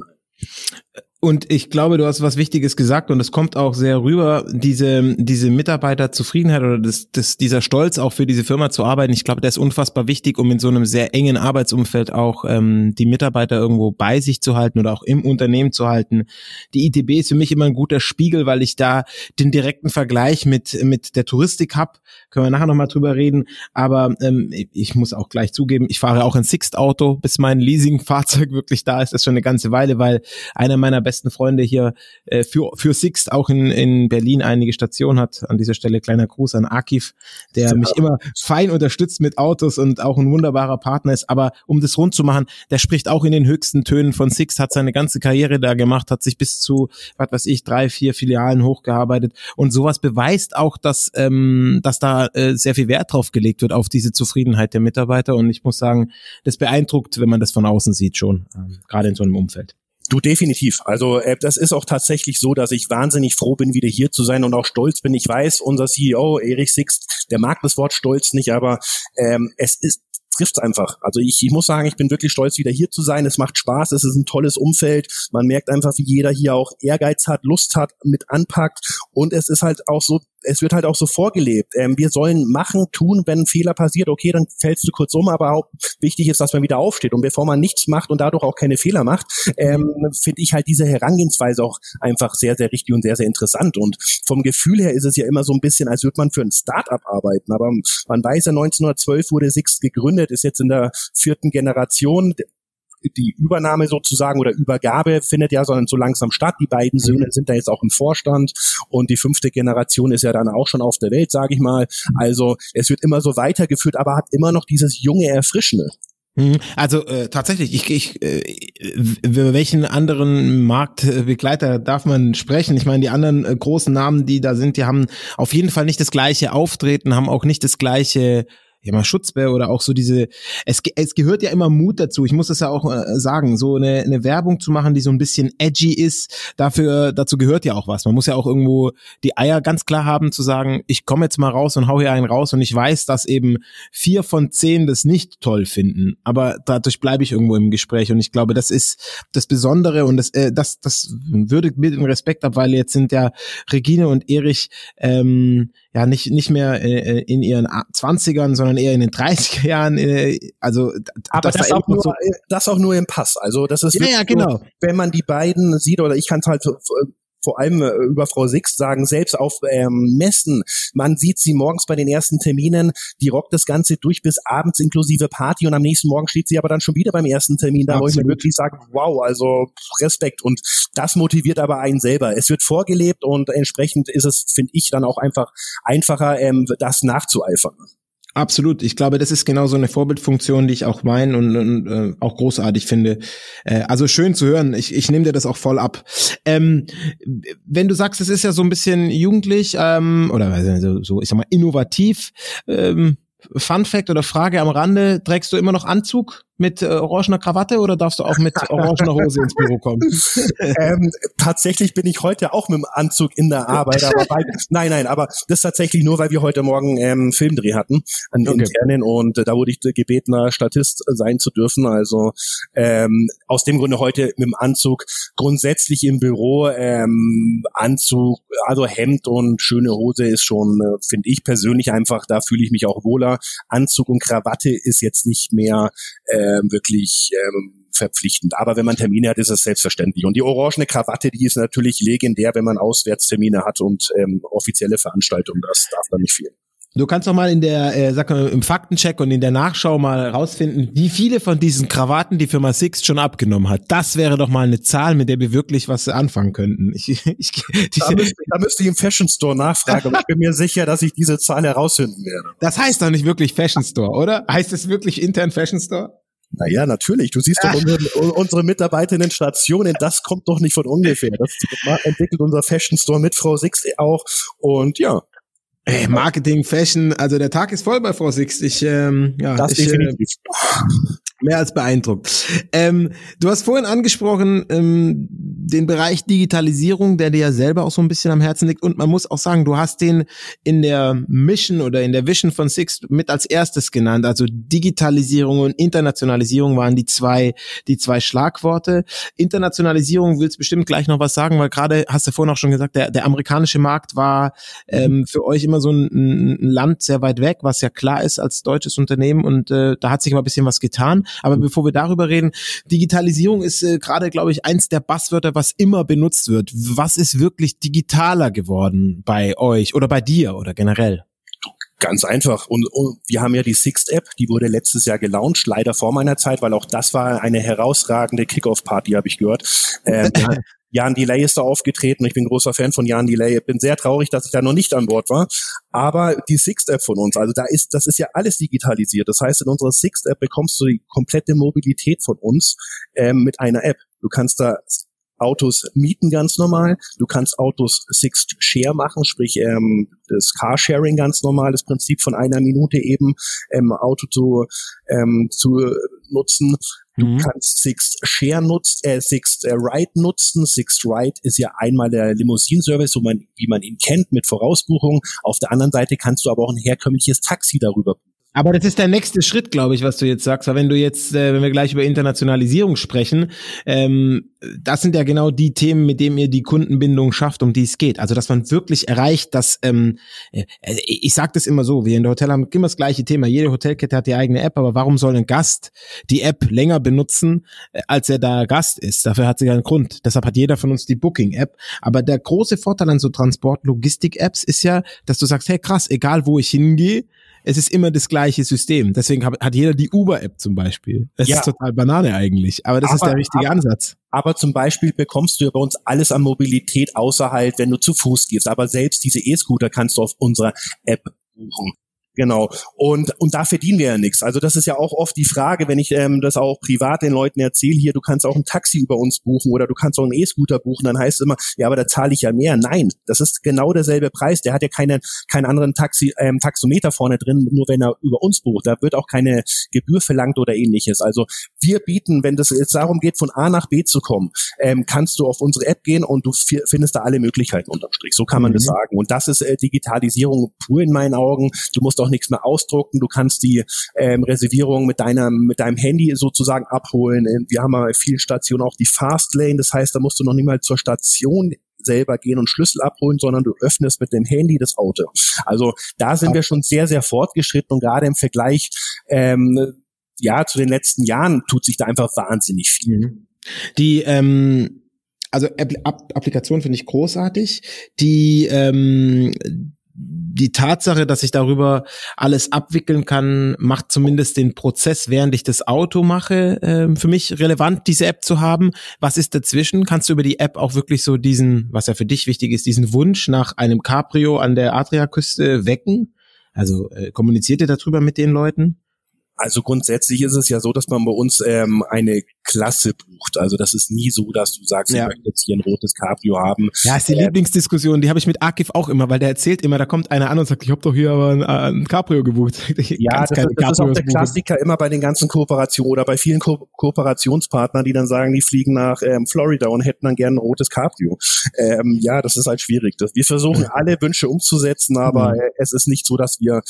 Und ich glaube, du hast was Wichtiges gesagt und es kommt auch sehr rüber, diese diese Mitarbeiterzufriedenheit oder das, das, dieser Stolz auch für diese Firma zu arbeiten. Ich glaube, der ist unfassbar wichtig, um in so einem sehr engen Arbeitsumfeld auch ähm, die Mitarbeiter irgendwo bei sich zu halten oder auch im Unternehmen zu halten. Die I T B ist für mich immer ein guter Spiegel, weil ich da den direkten Vergleich mit mit der Touristik habe. Können wir nachher nochmal drüber reden. Aber ähm, ich muss auch gleich zugeben, ich fahre auch ein Sixt-Auto, bis mein Leasing-Fahrzeug wirklich da ist. Das ist schon eine ganze Weile, weil einer meiner besten Freunde hier äh, für für Sixt auch in in Berlin einige Stationen hat. An dieser Stelle kleiner Gruß an Akif, der ja. mich immer fein unterstützt mit Autos und auch ein wunderbarer Partner ist. Aber um das rund zu machen, der spricht auch in den höchsten Tönen von Sixt, hat seine ganze Karriere da gemacht, hat sich bis zu, was weiß ich, drei, vier Filialen hochgearbeitet. Und sowas beweist auch, dass ähm, dass da äh, sehr viel Wert drauf gelegt wird, auf diese Zufriedenheit der Mitarbeiter. Und ich muss sagen, das beeindruckt, wenn man das von außen sieht schon, ähm, gerade in so einem Umfeld. Du, definitiv. Also äh, das ist auch tatsächlich so, dass ich wahnsinnig froh bin, wieder hier zu sein und auch stolz bin. Ich weiß, unser C E O, Erich Sixt, der mag das Wort stolz nicht, aber ähm, es ist trifft's einfach. Also ich, ich muss sagen, ich bin wirklich stolz, wieder hier zu sein. Es macht Spaß, es ist ein tolles Umfeld. Man merkt einfach, wie jeder hier auch Ehrgeiz hat, Lust hat, mit anpackt. Und es ist halt auch so, es wird halt auch so vorgelebt. Ähm, wir sollen machen, tun, wenn ein Fehler passiert, okay, dann fällst du kurz um, aber auch wichtig ist, dass man wieder aufsteht. Und bevor man nichts macht und dadurch auch keine Fehler macht, ähm, finde ich halt diese Herangehensweise auch einfach sehr, sehr richtig und sehr, sehr interessant. Und vom Gefühl her ist es ja immer so ein bisschen, als würde man für ein Start-up arbeiten. Aber man weiß ja, neunzehnhundertzwölf wurde Sixt gegründet, ist jetzt in der vierten Generation. die Übernahme sozusagen oder Übergabe findet ja so, so langsam statt. Die beiden Söhne sind da jetzt auch im Vorstand und die fünfte Generation ist ja dann auch schon auf der Welt, sage ich mal. Also es wird immer so weitergeführt, aber hat immer noch dieses junge, Erfrischende. Also äh, tatsächlich, ich, ich äh, über welchen anderen Marktbegleiter darf man sprechen? Ich meine, die anderen äh, großen Namen, die da sind, die haben auf jeden Fall nicht das gleiche Auftreten, haben auch nicht das gleiche, ja mal Schutzwehr oder auch so diese, es, es gehört ja immer Mut dazu, ich muss das ja auch äh, sagen, so eine, eine Werbung zu machen, die so ein bisschen edgy ist, dafür, dazu gehört ja auch was. Man muss ja auch irgendwo die Eier ganz klar haben zu sagen, ich komme jetzt mal raus und hau hier einen raus und ich weiß, dass eben vier von zehn das nicht toll finden, aber dadurch bleibe ich irgendwo im Gespräch und ich glaube, das ist das Besondere und das, äh, das, das würdigt mir den Respekt ab, weil jetzt sind ja Regine und Erich ähm, ja nicht nicht mehr äh, in ihren zwanzigern, sondern eher in den dreißiger Jahren, äh, also aber das, da auch nur, so das auch nur im Pass. Also das ist ja, ja, genau. So, wenn man die beiden sieht, oder ich kann es halt vor allem über Frau Sixt sagen, selbst auf ähm, Messen, man sieht sie morgens bei den ersten Terminen, die rockt das Ganze durch bis abends inklusive Party und am nächsten Morgen steht sie aber dann schon wieder beim ersten Termin da, wo ich mir wirklich sage, wow, also Respekt, und das motiviert aber einen selber. Es wird vorgelebt und entsprechend ist es, finde ich, dann auch einfach einfacher, ähm, das nachzueifern. Absolut. Ich glaube, das ist genau so eine Vorbildfunktion, die ich auch meine und, und äh, auch großartig finde. Äh, also schön zu hören. Ich, ich nehme dir das auch voll ab. Ähm, wenn du sagst, es ist ja so ein bisschen jugendlich ähm, oder so, so, ich sag mal, innovativ. Ähm, Fun Fact oder Frage am Rande: Trägst du immer noch Anzug mit äh, orangener Krawatte oder darfst du auch mit orangener Hose ins Büro kommen? ähm, tatsächlich bin ich heute auch mit dem Anzug in der Arbeit, aber bei, nein, nein, aber das tatsächlich nur, weil wir heute Morgen ähm, Filmdreh hatten, einen okay. internen, und äh, da wurde ich gebetener Statist sein zu dürfen, also ähm, aus dem Grunde heute mit dem Anzug. Grundsätzlich im Büro ähm, Anzug, also Hemd und schöne Hose ist schon, äh, finde ich persönlich einfach, da fühle ich mich auch wohler. Anzug und Krawatte ist jetzt nicht mehr äh, wirklich ähm, verpflichtend. Aber wenn man Termine hat, ist es selbstverständlich. Und die orangene Krawatte, die ist natürlich legendär, wenn man Auswärtstermine hat und ähm, offizielle Veranstaltungen. Das darf dann nicht fehlen. Du kannst doch mal in der, äh, sag mal, im Faktencheck und in der Nachschau mal rausfinden, wie viele von diesen Krawatten die Firma Sixt schon abgenommen hat. Das wäre doch mal eine Zahl, mit der wir wirklich was anfangen könnten. Ich, ich, da, müsste, da müsste ich im Fashion Store nachfragen, aber ich bin mir sicher, dass ich diese Zahl herausfinden werde. Das heißt doch nicht wirklich Fashion Store, oder? Heißt es wirklich intern Fashion Store? Naja, natürlich. Du siehst doch unsere, unsere Mitarbeitenden Stationen, das kommt doch nicht von ungefähr. Das entwickelt unser Fashion Store mit Frau Sixt auch. Und ja. Hey, Marketing, Fashion, also der Tag ist voll bei Frau Sixt. Ich, ähm, ja, das ich, definitiv. Äh, mehr als beeindruckt. Ähm, du hast vorhin angesprochen, ähm, den Bereich Digitalisierung, der dir ja selber auch so ein bisschen am Herzen liegt. Und man muss auch sagen, du hast den in der Mission oder in der Vision von Sixt mit als erstes genannt. Also Digitalisierung und Internationalisierung waren die zwei, die zwei Schlagworte. Internationalisierung, willst bestimmt gleich noch was sagen, weil gerade hast du vorhin auch schon gesagt, der, der amerikanische Markt war ähm, für euch immer so ein, ein Land sehr weit weg, was ja klar ist als deutsches Unternehmen, und äh, da hat sich aber ein bisschen was getan. Aber bevor wir darüber reden, Digitalisierung ist äh, gerade, glaube ich, eins der Buzzwörter, was immer benutzt wird. Was ist wirklich digitaler geworden bei euch oder bei dir oder generell? Ganz einfach. Und, und wir haben ja die Sixt-App, die wurde letztes Jahr gelauncht, leider vor meiner Zeit, weil auch das war eine herausragende Kick-Off-Party, habe ich gehört. Ähm, Jan Delay ist da aufgetreten. Ich bin großer Fan von Jan Delay. Ich bin sehr traurig, dass ich da noch nicht an Bord war. Aber die Sixt-App von uns, also da ist, das ist ja alles digitalisiert. Das heißt, in unserer Sixt-App bekommst du die komplette Mobilität von uns ähm, mit einer App. Du kannst da Autos mieten ganz normal. Du kannst Autos Sixt Share machen, sprich ähm, das Carsharing ganz normal, das Prinzip von einer Minute eben ähm, Auto zu ähm, zu nutzen. Du mhm. kannst Sixt Share nutzen, äh, Sixt äh, Ride nutzen. Sixt Ride ist ja einmal der Limousinenservice, so man, wie man ihn kennt, mit Vorausbuchung. Auf der anderen Seite kannst du aber auch ein herkömmliches Taxi darüber buchen. Aber das ist der nächste Schritt, glaube ich, was du jetzt sagst. Weil wenn du jetzt, äh, wenn wir gleich über Internationalisierung sprechen, ähm, das sind ja genau die Themen, mit denen ihr die Kundenbindung schafft, um die es geht. Also, dass man wirklich erreicht, dass, ähm, äh, ich sage das immer so, wir in der Hotel haben immer das gleiche Thema. Jede Hotelkette hat die eigene App, aber warum soll ein Gast die App länger benutzen, äh, als er da Gast ist? Dafür hat sie ja einen Grund. Deshalb hat jeder von uns die Booking-App. Aber der große Vorteil an so Transport-Logistik-Apps ist ja, dass du sagst, hey krass, egal wo ich hingehe, es ist immer das gleiche System. Deswegen hat, hat jeder die Uber-App zum Beispiel. Das ja. ist total Banane eigentlich, aber das aber, ist der richtige aber, Ansatz. Aber zum Beispiel bekommst du ja bei uns alles an Mobilität, außer halt, wenn du zu Fuß gehst. Aber selbst diese E-Scooter kannst du auf unserer App buchen. Genau. Und und da verdienen wir ja nichts. Also das ist ja auch oft die Frage, wenn ich ähm, das auch privat den Leuten erzähle, hier, du kannst auch ein Taxi über uns buchen oder du kannst auch einen E-Scooter buchen, dann heißt es immer, ja, aber da zahle ich ja mehr. Nein, das ist genau derselbe Preis. Der hat ja keinen keinen anderen Taxi ähm, Taxometer vorne drin, nur wenn er über uns bucht. Da wird auch keine Gebühr verlangt oder ähnliches. Also wir bieten, wenn das jetzt darum geht, von A nach B zu kommen, ähm, kannst du auf unsere App gehen und du f- findest da alle Möglichkeiten unterm Strich. So kann man mhm. das sagen. Und das ist äh, Digitalisierung pur in meinen Augen. Du musst auch nichts mehr ausdrucken, du kannst die ähm, Reservierung mit deiner mit deinem Handy sozusagen abholen. Wir haben bei vielen Stationen auch die Fastlane, das heißt, da musst du noch nicht mal zur Station selber gehen und Schlüssel abholen, sondern du öffnest mit dem Handy das Auto. Also da sind wir schon sehr, sehr fortgeschritten und gerade im Vergleich ähm, ja zu den letzten Jahren tut sich da einfach wahnsinnig viel. Die ähm, also App- Applikation finde ich großartig. Die ähm, Die Tatsache, dass ich darüber alles abwickeln kann, macht zumindest den Prozess, während ich das Auto mache, äh, für mich relevant, diese App zu haben. Was ist dazwischen? Kannst du über die App auch wirklich so diesen, was ja für dich wichtig ist, diesen Wunsch nach einem Cabrio an der Adriaküste wecken? Also äh, kommuniziert ihr darüber mit den Leuten? Also grundsätzlich ist es ja so, dass man bei uns ähm, eine Klasse bucht. Also das ist nie so, dass du sagst, ja. ich möchte jetzt hier ein rotes Cabrio haben. Ja, ist die äh, Lieblingsdiskussion, die habe ich mit Akif auch immer, weil der erzählt immer, da kommt einer an und sagt, ich habe doch hier aber ein, ein Cabrio gebucht. Ja, das, ist, das ist auch der Klassiker immer bei den ganzen Kooperationen oder bei vielen Ko- Kooperationspartnern, die dann sagen, die fliegen nach ähm, Florida und hätten dann gerne ein rotes Cabrio. Ähm, ja, das ist halt schwierig. Das, wir versuchen alle Wünsche umzusetzen, aber mhm. äh, es ist nicht so, dass wir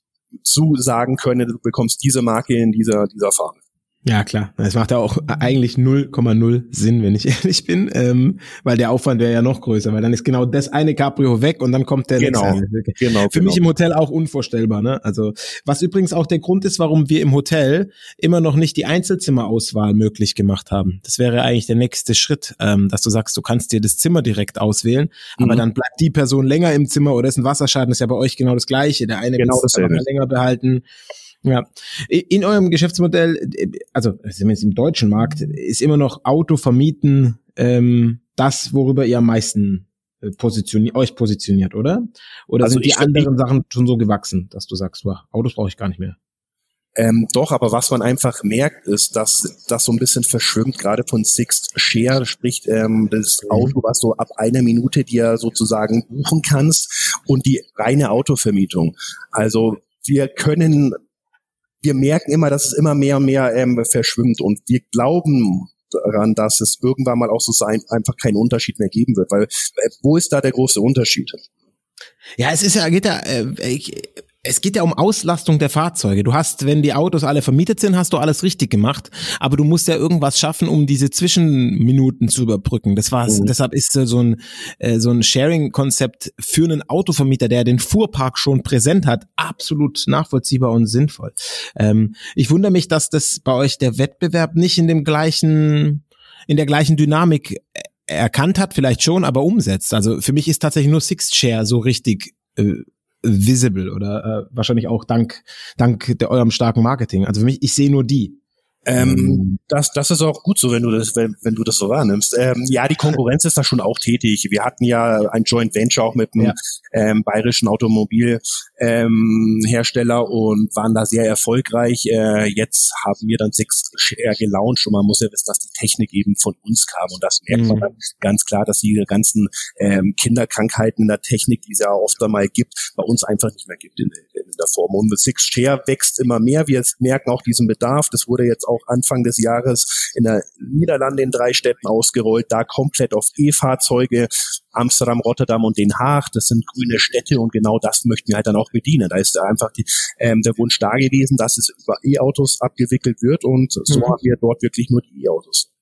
zu sagen können, du bekommst diese Marke in dieser dieser Farbe. Ja, klar. Das macht ja auch eigentlich null Komma null Sinn, wenn ich ehrlich bin, ähm, weil der Aufwand wäre ja noch größer, weil dann ist genau das eine Cabrio weg und dann kommt der genau, nächste. Genau, Für genau. mich im Hotel auch unvorstellbar, ne? Also, was übrigens auch der Grund ist, warum wir im Hotel immer noch nicht die Einzelzimmerauswahl möglich gemacht haben. Das wäre eigentlich der nächste Schritt, ähm, dass du sagst, du kannst dir das Zimmer direkt auswählen, mhm. aber dann bleibt die Person länger im Zimmer oder ist ein Wasserschaden, ist ja bei euch genau das Gleiche. Der eine genau will es aber länger behalten. Ja, in eurem Geschäftsmodell, also zumindest im deutschen Markt, ist immer noch Auto vermieten ähm, das, worüber ihr am meisten positioniert, euch positioniert, oder? Oder also sind die anderen Sachen schon so gewachsen, dass du sagst, wow, Autos brauche ich gar nicht mehr? Ähm, doch, aber was man einfach merkt, ist, dass das so ein bisschen verschwimmt, gerade von Sixt Share, sprich ähm, das Auto, was du ab einer Minute dir sozusagen buchen kannst und die reine Autovermietung. Also wir können Wir merken immer, dass es immer mehr und mehr ähm, verschwimmt und wir glauben daran, dass es irgendwann mal auch so sein, einfach keinen Unterschied mehr geben wird, weil äh, wo ist da der große Unterschied? Ja, es ist ja, geht ja, äh, ich, es geht ja um Auslastung der Fahrzeuge. Du hast, wenn die Autos alle vermietet sind, hast du alles richtig gemacht, aber du musst ja irgendwas schaffen, um diese Zwischenminuten zu überbrücken. Das war's. Mhm. Deshalb ist so ein äh, so ein Sharing-Konzept für einen Autovermieter, der den Fuhrpark schon präsent hat, absolut nachvollziehbar und sinnvoll. Ähm, ich wundere mich, dass das bei euch der Wettbewerb nicht in dem gleichen, in der gleichen Dynamik erkannt hat, vielleicht schon, aber umsetzt. Also für mich ist tatsächlich nur Sixt Share so richtig äh, visible oder äh, wahrscheinlich auch dank dank der eurem starken Marketing. Also für mich, ich sehe nur die. Ähm, das, das ist auch gut so, wenn du das, wenn, wenn du das so wahrnimmst. Ähm, ja, die Konkurrenz ist da schon auch tätig. Wir hatten ja ein Joint Venture auch mit einem ja. ähm, bayerischen Automobilhersteller ähm, und waren da sehr erfolgreich. Äh, jetzt haben wir dann Sixt Share gelauncht und man muss ja wissen, dass die Technik eben von uns kam und das merkt mhm. man dann ganz klar, dass die ganzen ähm, Kinderkrankheiten in der Technik, die es ja oft einmal gibt, bei uns einfach nicht mehr gibt in, in der Form. Und Sixt Share wächst immer mehr. Wir merken auch diesen Bedarf. Das wurde jetzt auch Anfang des Jahres in der Niederlande in drei Städten ausgerollt, da komplett auf E-Fahrzeuge, Amsterdam, Rotterdam und Den Haag, das sind grüne Städte und genau das möchten wir halt dann auch bedienen. Da ist einfach die, ähm, der Wunsch da gewesen, dass es über E-Autos abgewickelt wird und so mhm. haben wir dort wirklich nur die E-Autos.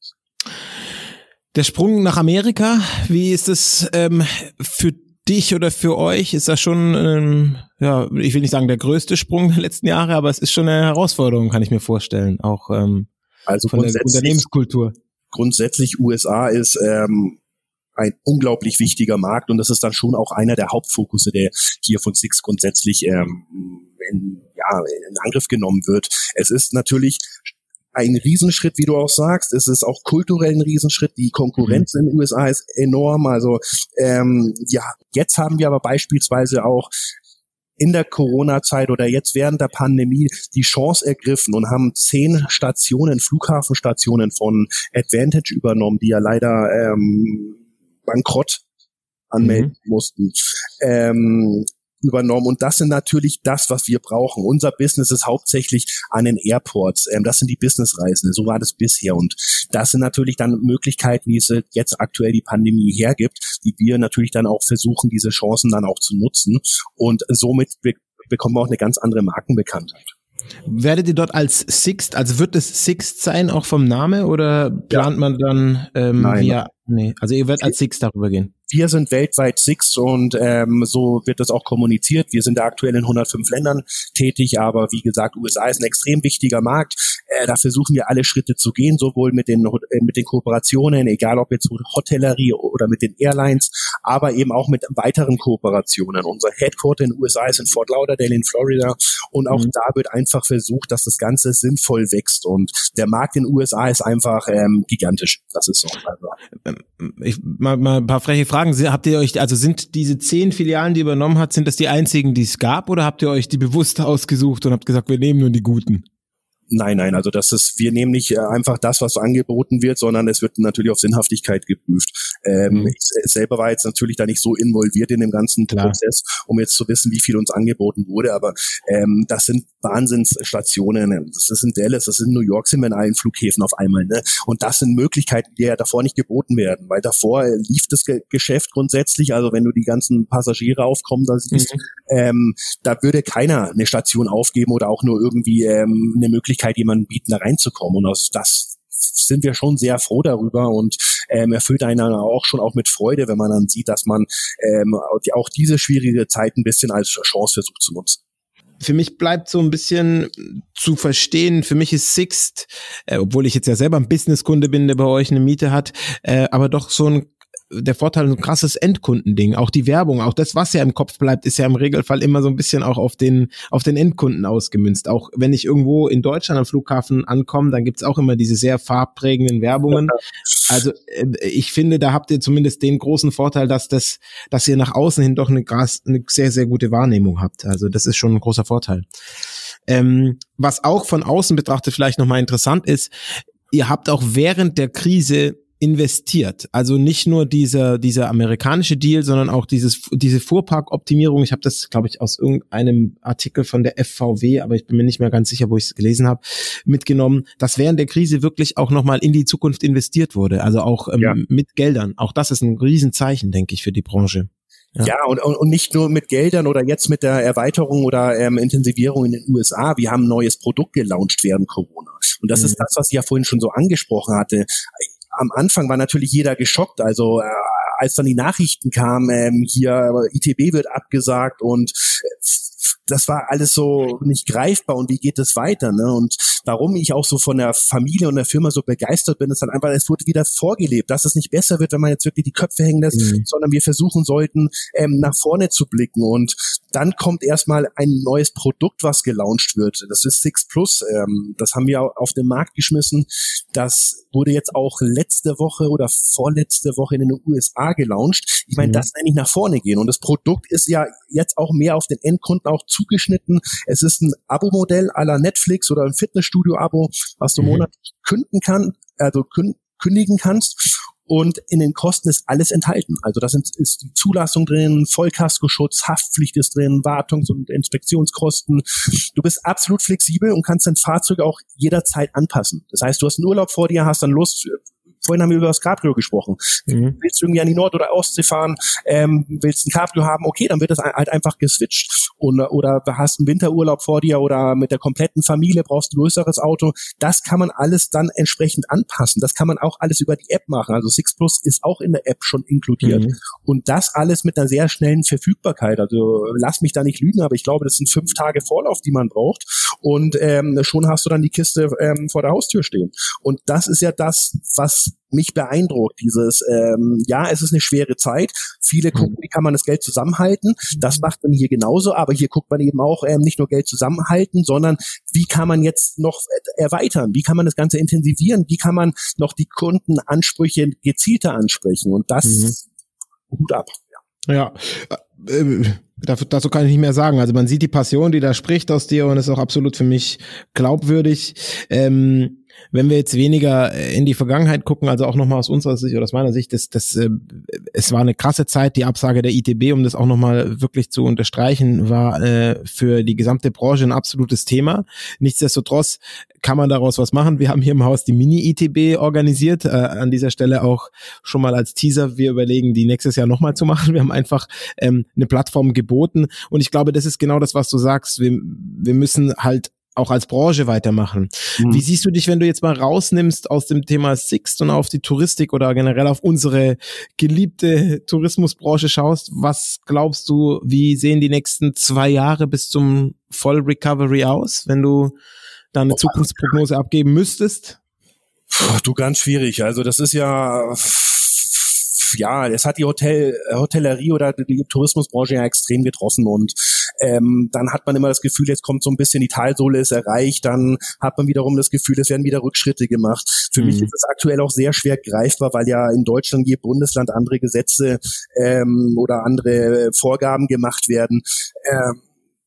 Der Sprung nach Amerika, wie ist es ähm, für dich oder für euch? Ist das schon, ähm, ja, ich will nicht sagen der größte Sprung der letzten Jahre, aber es ist schon eine Herausforderung, kann ich mir vorstellen, auch ähm, also von der Unternehmenskultur. Grundsätzlich U S A ist ähm, ein unglaublich wichtiger Markt und das ist dann schon auch einer der Hauptfokusse, der hier von Sixt grundsätzlich ähm, in, ja, in Angriff genommen wird. Es ist natürlich ein Riesenschritt, wie du auch sagst. Es ist auch kulturell ein Riesenschritt. Die Konkurrenz mhm. in den U S A ist enorm. Also ähm, ja, jetzt haben wir aber beispielsweise auch in der Corona-Zeit oder jetzt während der Pandemie die Chance ergriffen und haben zehn Stationen, Flughafenstationen von Advantage übernommen, die ja leider ähm, Bankrott anmelden mhm. mussten. Ähm, übernommen. Und das sind natürlich das, was wir brauchen. Unser Business ist hauptsächlich an den Airports. Ähm, das sind die Businessreisenden. So war das bisher. Und das sind natürlich dann Möglichkeiten, wie es jetzt aktuell die Pandemie hergibt, die wir natürlich dann auch versuchen, diese Chancen dann auch zu nutzen. Und somit be- bekommen wir auch eine ganz andere Markenbekanntheit. Werdet ihr dort als Sixt, also wird es Sixt sein, auch vom Name, oder plant ja. man dann ähm, Nein. via, nee, also ihr werdet als Sixt darüber gehen? Wir sind weltweit Sixt und ähm, so wird das auch kommuniziert. Wir sind da aktuell in hundertfünf Ländern tätig, aber wie gesagt, U S A ist ein extrem wichtiger Markt. Äh, da versuchen wir alle Schritte zu gehen, sowohl mit den äh, mit den Kooperationen, egal ob jetzt Hotellerie oder mit den Airlines, aber eben auch mit weiteren Kooperationen. Unser Headquarter in den U S A ist in Fort Lauderdale in Florida und auch mhm. da wird einfach versucht, dass das Ganze sinnvoll wächst und der Markt in den U S A ist einfach ähm, gigantisch. Das ist so. Also. Ich, mal, mal ein paar freche Fragen. Habt ihr euch, also sind diese zehn Filialen, die ihr übernommen habt, sind das die einzigen, die es gab, oder habt ihr euch die bewusst ausgesucht und habt gesagt, wir nehmen nur die guten? Nein, nein, also das ist, wir nehmen nicht einfach das, was angeboten wird, sondern es wird natürlich auf Sinnhaftigkeit geprüft. Ähm, mhm. Ich selber war jetzt natürlich da nicht so involviert in dem ganzen Klar. Prozess, um jetzt zu wissen, wie viel uns angeboten wurde, aber ähm, das sind Wahnsinnsstationen. Das ist in Dallas, das ist in New York, sind wir in allen Flughäfen auf einmal, ne? Und das sind Möglichkeiten, die ja davor nicht geboten werden, weil davor lief das Ge- Geschäft grundsätzlich, also wenn du die ganzen Passagiere aufkommen da siehst, mhm. ähm, da würde keiner eine Station aufgeben oder auch nur irgendwie ähm, eine Möglichkeit jemanden bieten, da reinzukommen. Und aus das sind wir schon sehr froh darüber und ähm, erfüllt einen auch schon auch mit Freude, wenn man dann sieht, dass man ähm, auch diese schwierige Zeit ein bisschen als Chance versucht zu nutzen. Für mich bleibt so ein bisschen zu verstehen, für mich ist Sixt, äh, obwohl ich jetzt ja selber ein Businesskunde bin, der bei euch eine Miete hat, äh, aber doch so ein der Vorteil, ein krasses Endkundending, auch die Werbung, auch das, was ja im Kopf bleibt, ist ja im Regelfall immer so ein bisschen auch auf den auf den Endkunden ausgemünzt. Auch wenn ich irgendwo in Deutschland am Flughafen ankomme, dann gibt's auch immer diese sehr farbprägenden Werbungen. Also ich finde, da habt ihr zumindest den großen Vorteil, dass das, dass ihr nach außen hin doch eine, eine sehr, sehr gute Wahrnehmung habt. Also das ist schon ein großer Vorteil. Ähm, was auch von außen betrachtet vielleicht nochmal interessant ist, ihr habt auch während der Krise investiert. Also nicht nur dieser dieser amerikanische Deal, sondern auch dieses diese Fuhrparkoptimierung. Ich habe das, glaube ich, aus irgendeinem Artikel von der F V W, aber ich bin mir nicht mehr ganz sicher, wo ich es gelesen habe, mitgenommen, dass während der Krise wirklich auch nochmal in die Zukunft investiert wurde. Also auch ähm, ja. mit Geldern. Auch das ist ein Riesenzeichen, denke ich, für die Branche. Ja, ja und, und nicht nur mit Geldern oder jetzt mit der Erweiterung oder ähm, Intensivierung in den U S A. Wir haben ein neues Produkt gelauncht während Corona. Und das mhm. ist das, was ich ja vorhin schon so angesprochen hatte. Am Anfang war natürlich jeder geschockt, also äh, als dann die Nachrichten kamen, ähm, hier I T B wird abgesagt und äh, das war alles so nicht greifbar und wie geht es weiter, ne? Und warum ich auch so von der Familie und der Firma so begeistert bin, ist halt einfach, es wurde wieder vorgelebt, dass es nicht besser wird, wenn man jetzt wirklich die Köpfe hängen lässt, mhm. sondern wir versuchen sollten, ähm, nach vorne zu blicken und dann kommt erstmal ein neues Produkt, was gelauncht wird. Das ist Sixt Plus. Ähm, das haben wir auf den Markt geschmissen. Das wurde jetzt auch letzte Woche oder vorletzte Woche in den U S A gelauncht. Ich meine, mhm. das nenne ich nach vorne gehen. Und das Produkt ist ja jetzt auch mehr auf den Endkunden auch zugeschnitten. Es ist ein Abo-Modell à la Netflix oder ein Fitnessstudio-Abo, was du mhm. monatlich künden kann, also kündigen kannst. Und in den Kosten ist alles enthalten. Also da ist die Zulassung drin, Vollkaskoschutz, Haftpflicht ist drin, Wartungs- und Inspektionskosten. Du bist absolut flexibel und kannst dein Fahrzeug auch jederzeit anpassen. Das heißt, du hast einen Urlaub vor dir, hast dann Lust. Vorhin haben wir über das Cabrio gesprochen. Mhm. Willst du irgendwie an die Nord- oder Ostsee fahren, ähm, willst ein Cabrio haben, okay, dann wird das halt einfach geswitcht. Oder, oder du hast einen Winterurlaub vor dir oder mit der kompletten Familie brauchst du ein größeres Auto. Das kann man alles dann entsprechend anpassen. Das kann man auch alles über die App machen. Also Sixt Plus ist auch in der App schon inkludiert. Mhm. Und das alles mit einer sehr schnellen Verfügbarkeit. Also lass mich da nicht lügen, aber ich glaube, das sind fünf Tage Vorlauf, die man braucht. und ähm, schon hast du dann die Kiste ähm, vor der Haustür stehen. Und das ist ja das, was mich beeindruckt, dieses, ähm, ja, es ist eine schwere Zeit, viele gucken, wie kann man das Geld zusammenhalten, das macht man hier genauso, aber hier guckt man eben auch ähm, nicht nur Geld zusammenhalten, sondern wie kann man jetzt noch erweitern, wie kann man das Ganze intensivieren, wie kann man noch die Kundenansprüche gezielter ansprechen und das, mhm. Hut ab. Ja, ja. Äh, dazu kann ich nicht mehr sagen, also man sieht die Passion, die da spricht aus dir und ist auch absolut für mich glaubwürdig. Ähm, Wenn wir jetzt weniger in die Vergangenheit gucken, also auch nochmal aus unserer Sicht oder aus meiner Sicht, das, das, äh, es war eine krasse Zeit, die Absage der I T B, um das auch nochmal wirklich zu unterstreichen, war äh, für die gesamte Branche ein absolutes Thema. Nichtsdestotrotz kann man daraus was machen. Wir haben hier im Haus die Mini-I T B organisiert, äh, an dieser Stelle auch schon mal als Teaser, wir überlegen, die nächstes Jahr nochmal zu machen. Wir haben einfach ähm, eine Plattform geboten und ich glaube, das ist genau das, was du sagst. Wir, wir müssen halt auch als Branche weitermachen. Mhm. Wie siehst du dich, wenn du jetzt mal rausnimmst aus dem Thema Sixt und auf die Touristik oder generell auf unsere geliebte Tourismusbranche schaust? Was glaubst du, wie sehen die nächsten zwei Jahre bis zum Voll-Recovery aus, wenn du da eine Zukunftsprognose abgeben müsstest? Du, ganz schwierig. Also das ist ja... Ja, es hat die Hotel, Hotellerie oder die Tourismusbranche ja extrem getroffen und ähm, dann hat man immer das Gefühl, jetzt kommt so ein bisschen die Talsohle ist erreicht, dann hat man wiederum das Gefühl, es werden wieder Rückschritte gemacht. Für mhm. mich ist es aktuell auch sehr schwer greifbar, weil ja in Deutschland je Bundesland andere Gesetze ähm, oder andere Vorgaben gemacht werden. Ähm,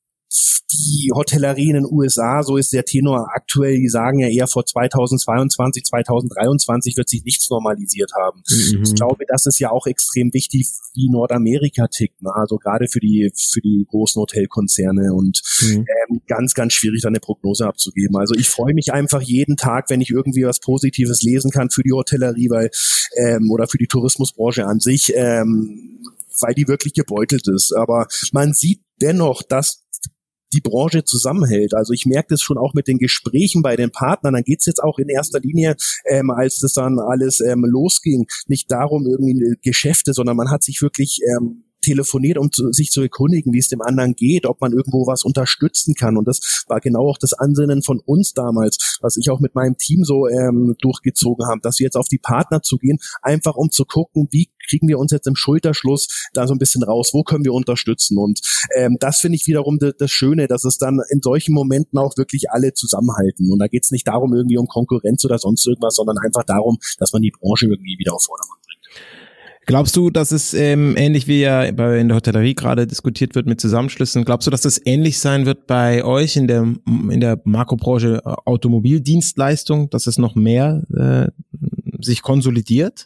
Die Hotellerie in den U S A, so ist der Tenor aktuell, die sagen ja eher vor zweitausendzweiundzwanzig, zweitausenddreiundzwanzig wird sich nichts normalisiert haben. Mhm. Ich glaube, das ist ja auch extrem wichtig, wie Nordamerika tickt, ne? Also gerade für die für die großen Hotelkonzerne und mhm. ähm, ganz, ganz schwierig, da eine Prognose abzugeben. Also ich freue mich einfach jeden Tag, wenn ich irgendwie was Positives lesen kann für die Hotellerie, weil ähm, oder für die Tourismusbranche an sich, ähm, weil die wirklich gebeutelt ist. Aber man sieht dennoch, dass die Branche zusammenhält. Also ich merke das schon auch mit den Gesprächen bei den Partnern. Dann geht's jetzt auch in erster Linie, ähm, als das dann alles ähm, losging, nicht darum irgendwie Geschäfte, sondern man hat sich wirklich ähm, telefoniert, um zu, sich zu erkundigen, wie es dem anderen geht, ob man irgendwo was unterstützen kann. Und das war genau auch das Ansinnen von uns damals, was ich auch mit meinem Team so ähm, durchgezogen habe, dass wir jetzt auf die Partner zu gehen, einfach um zu gucken, wie kriegen wir uns jetzt im Schulterschluss da so ein bisschen raus, wo können wir unterstützen. Und ähm, das finde ich wiederum de, das Schöne, dass es dann in solchen Momenten auch wirklich alle zusammenhalten. Und da geht es nicht darum, irgendwie um Konkurrenz oder sonst irgendwas, sondern einfach darum, dass man die Branche irgendwie wieder auf Vordermann bringt. Glaubst du, dass es ähm, ähnlich wie ja bei in der Hotellerie gerade diskutiert wird mit Zusammenschlüssen, glaubst du, dass das ähnlich sein wird bei euch in der in der Makrobranche Automobildienstleistung, dass es noch mehr äh, sich konsolidiert?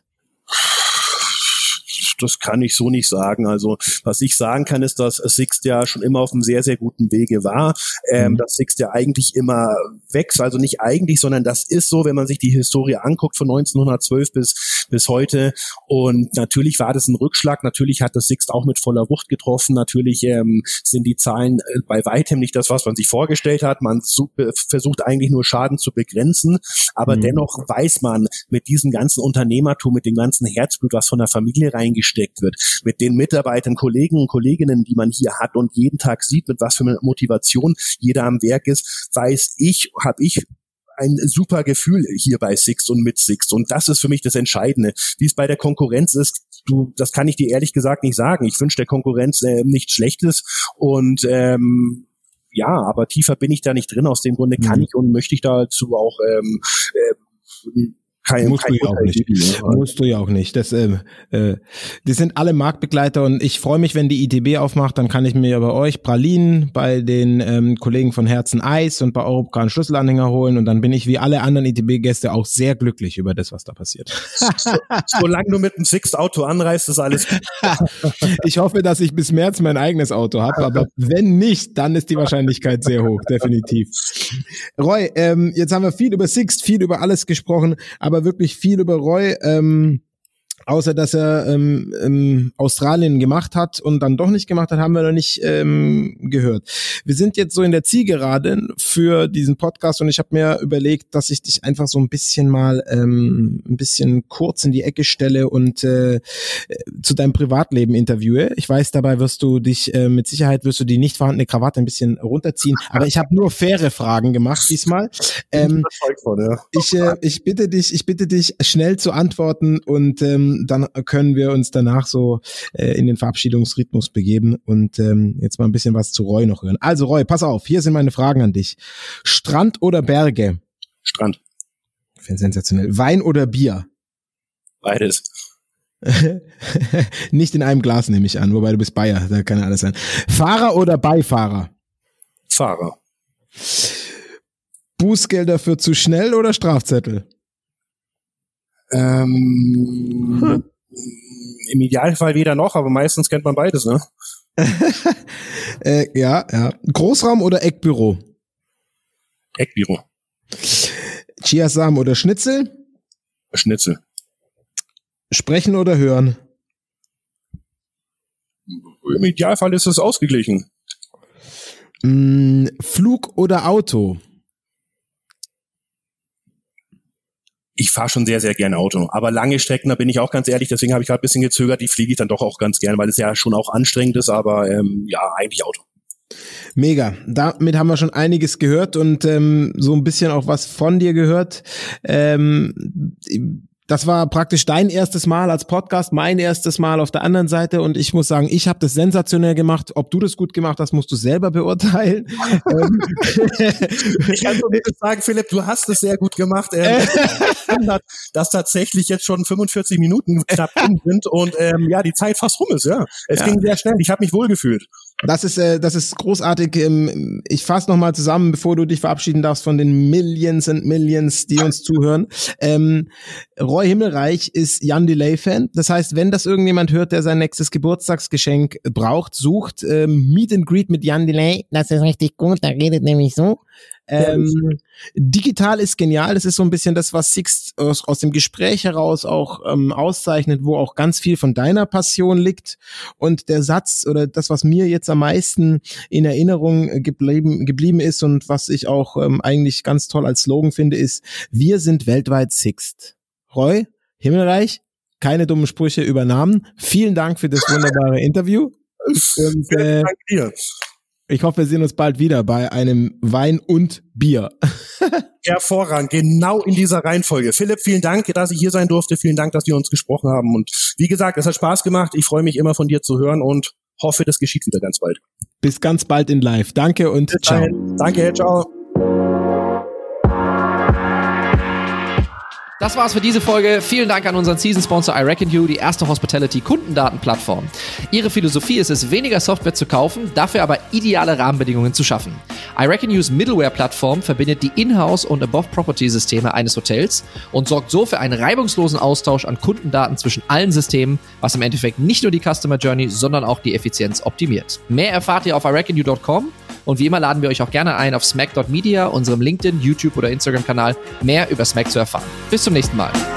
Das kann ich so nicht sagen. Also was ich sagen kann, ist, dass Sixt ja schon immer auf einem sehr, sehr guten Wege war. Ähm, mhm. Dass Sixt ja eigentlich immer wächst. Also nicht eigentlich, sondern das ist so, wenn man sich die Historie anguckt von neunzehnhundertzwölf bis bis heute. Und natürlich war das ein Rückschlag. Natürlich hat das Sixt auch mit voller Wucht getroffen. Natürlich ähm, sind die Zahlen äh, bei weitem nicht das, was man sich vorgestellt hat. Man su- versucht eigentlich nur Schaden zu begrenzen. Aber mhm. dennoch weiß man mit diesem ganzen Unternehmertum, mit dem ganzen Herzblut, was von der Familie reingesteckt wird, mit den Mitarbeitern, Kollegen und Kolleginnen, die man hier hat und jeden Tag sieht, mit was für eine Motivation jeder am Werk ist, weiß ich, habe ich ein super Gefühl hier bei Sixt und mit Sixt. Und das ist für mich das Entscheidende. Wie es bei der Konkurrenz ist, du, das kann ich dir ehrlich gesagt nicht sagen. Ich wünsche der Konkurrenz äh, nichts Schlechtes und ähm, ja, aber tiefer bin ich da nicht drin. Aus dem Grunde kann ich und möchte ich dazu auch ähm, äh, Kein, musst, kein du ja auch nicht. musst du ja auch nicht. Das, äh, äh, das sind alle Marktbegleiter und ich freue mich, wenn die I T B aufmacht, dann kann ich mir bei euch Pralinen, bei den ähm, Kollegen von Herzen Eis und bei Europcar einen Schlüsselanhänger holen und dann bin ich wie alle anderen I T B-Gäste auch sehr glücklich über das, was da passiert. So, solange du mit dem Sixt-Auto anreist, ist alles gut. Ich hoffe, dass ich bis März mein eigenes Auto habe, aber wenn nicht, dann ist die Wahrscheinlichkeit sehr hoch, definitiv. Roy, ähm, jetzt haben wir viel über Sixt, viel über alles gesprochen, aber aber wirklich viel über Roy. Ähm, Außer, dass er ähm, ähm, Australien gemacht hat und dann doch nicht gemacht hat, haben wir noch nicht ähm, gehört. Wir sind jetzt so in der Zielgeraden für diesen Podcast und ich habe mir überlegt, dass ich dich einfach so ein bisschen mal ähm, ein bisschen kurz in die Ecke stelle und äh, zu deinem Privatleben interviewe. Ich weiß, dabei wirst du dich, äh, mit Sicherheit wirst du die nicht vorhandene Krawatte ein bisschen runterziehen, aber ich habe nur faire Fragen gemacht diesmal. Ähm, ich, äh, ich bitte dich, ich bitte dich, schnell zu antworten und ähm, dann können wir uns danach so äh, in den Verabschiedungsrhythmus begeben und ähm, jetzt mal ein bisschen was zu Roy noch hören. Also Roy, pass auf, hier sind meine Fragen an dich. Strand oder Berge? Strand. Ich finde sensationell. Wein oder Bier? Beides. Nicht in einem Glas nehme ich an, wobei du bist Bayer, da kann ja alles sein. Fahrer oder Beifahrer? Fahrer. Bußgelder für zu schnell oder Strafzettel? Ähm, hm. Im Idealfall weder noch, aber meistens kennt man beides, ne? äh, ja, ja. Großraum oder Eckbüro? Eckbüro. Chiasamen oder Schnitzel? Schnitzel. Sprechen oder hören? Im Idealfall ist es ausgeglichen. Mm, Flug oder Auto? Ich fahre schon sehr, sehr gerne Auto. Aber lange Strecken, da bin ich auch ganz ehrlich, deswegen habe ich gerade ein bisschen gezögert, die fliege ich dann doch auch ganz gerne, weil es ja schon auch anstrengend ist, aber ähm, ja, eigentlich Auto. Mega. Damit haben wir schon einiges gehört und ähm, so ein bisschen auch was von dir gehört. Ähm, Das war praktisch dein erstes Mal als Podcast, mein erstes Mal auf der anderen Seite und ich muss sagen, ich habe das sensationell gemacht. Ob du das gut gemacht hast, musst du selber beurteilen. Ich kann nur sagen, Philipp, du hast es sehr gut gemacht. Ähm, dass tatsächlich jetzt schon fünfundvierzig Minuten knapp rum sind und ähm, ja, die Zeit fast rum ist. Ja, es ja. ging sehr schnell. Ich habe mich wohlgefühlt. Das ist, äh, das ist großartig. Ich fasse nochmal zusammen, bevor du dich verabschieden darfst von den Millions and Millions, die uns zuhören. Ähm, Roy Himmelreich ist Jan Delay-Fan. Das heißt, wenn das irgendjemand hört, der sein nächstes Geburtstagsgeschenk braucht, sucht ähm, Meet and Greet mit Jan Delay. Das ist richtig gut, der redet nämlich so. Ähm, digital ist genial, das ist so ein bisschen das, was Sixt aus, aus dem Gespräch heraus auch ähm, auszeichnet, wo auch ganz viel von deiner Passion liegt und der Satz oder das, was mir jetzt am meisten in Erinnerung geblieben, geblieben ist und was ich auch ähm, eigentlich ganz toll als Slogan finde, ist: Wir sind weltweit Sixt. Roy Himmelreich, keine dummen Sprüche über Namen. Vielen Dank für das wunderbare Interview. Und, äh, Dank dir. Ich hoffe, wir sehen uns bald wieder bei einem Wein und Bier. Hervorragend, genau in dieser Reihenfolge. Philipp, vielen Dank, dass ich hier sein durfte. Vielen Dank, dass wir uns gesprochen haben. Und wie gesagt, es hat Spaß gemacht. Ich freue mich immer von dir zu hören und hoffe, das geschieht wieder ganz bald. Bis ganz bald in Live. Danke und Bis ciao. Dahin. Danke, ciao. Das war's für diese Folge. Vielen Dank an unseren Season-Sponsor I Reckon You, die erste Hospitality-Kundendatenplattform. Ihre Philosophie ist es, weniger Software zu kaufen, dafür aber ideale Rahmenbedingungen zu schaffen. I Reckon You's Middleware-Plattform verbindet die Inhouse- und Above-Property-Systeme eines Hotels und sorgt so für einen reibungslosen Austausch an Kundendaten zwischen allen Systemen, was im Endeffekt nicht nur die Customer Journey, sondern auch die Effizienz optimiert. Mehr erfahrt ihr auf i reckon you dot com. Und wie immer laden wir euch auch gerne ein, auf smack dot media, unserem LinkedIn, YouTube oder Instagram-Kanal, mehr über Smack zu erfahren. Bis zum nächsten Mal.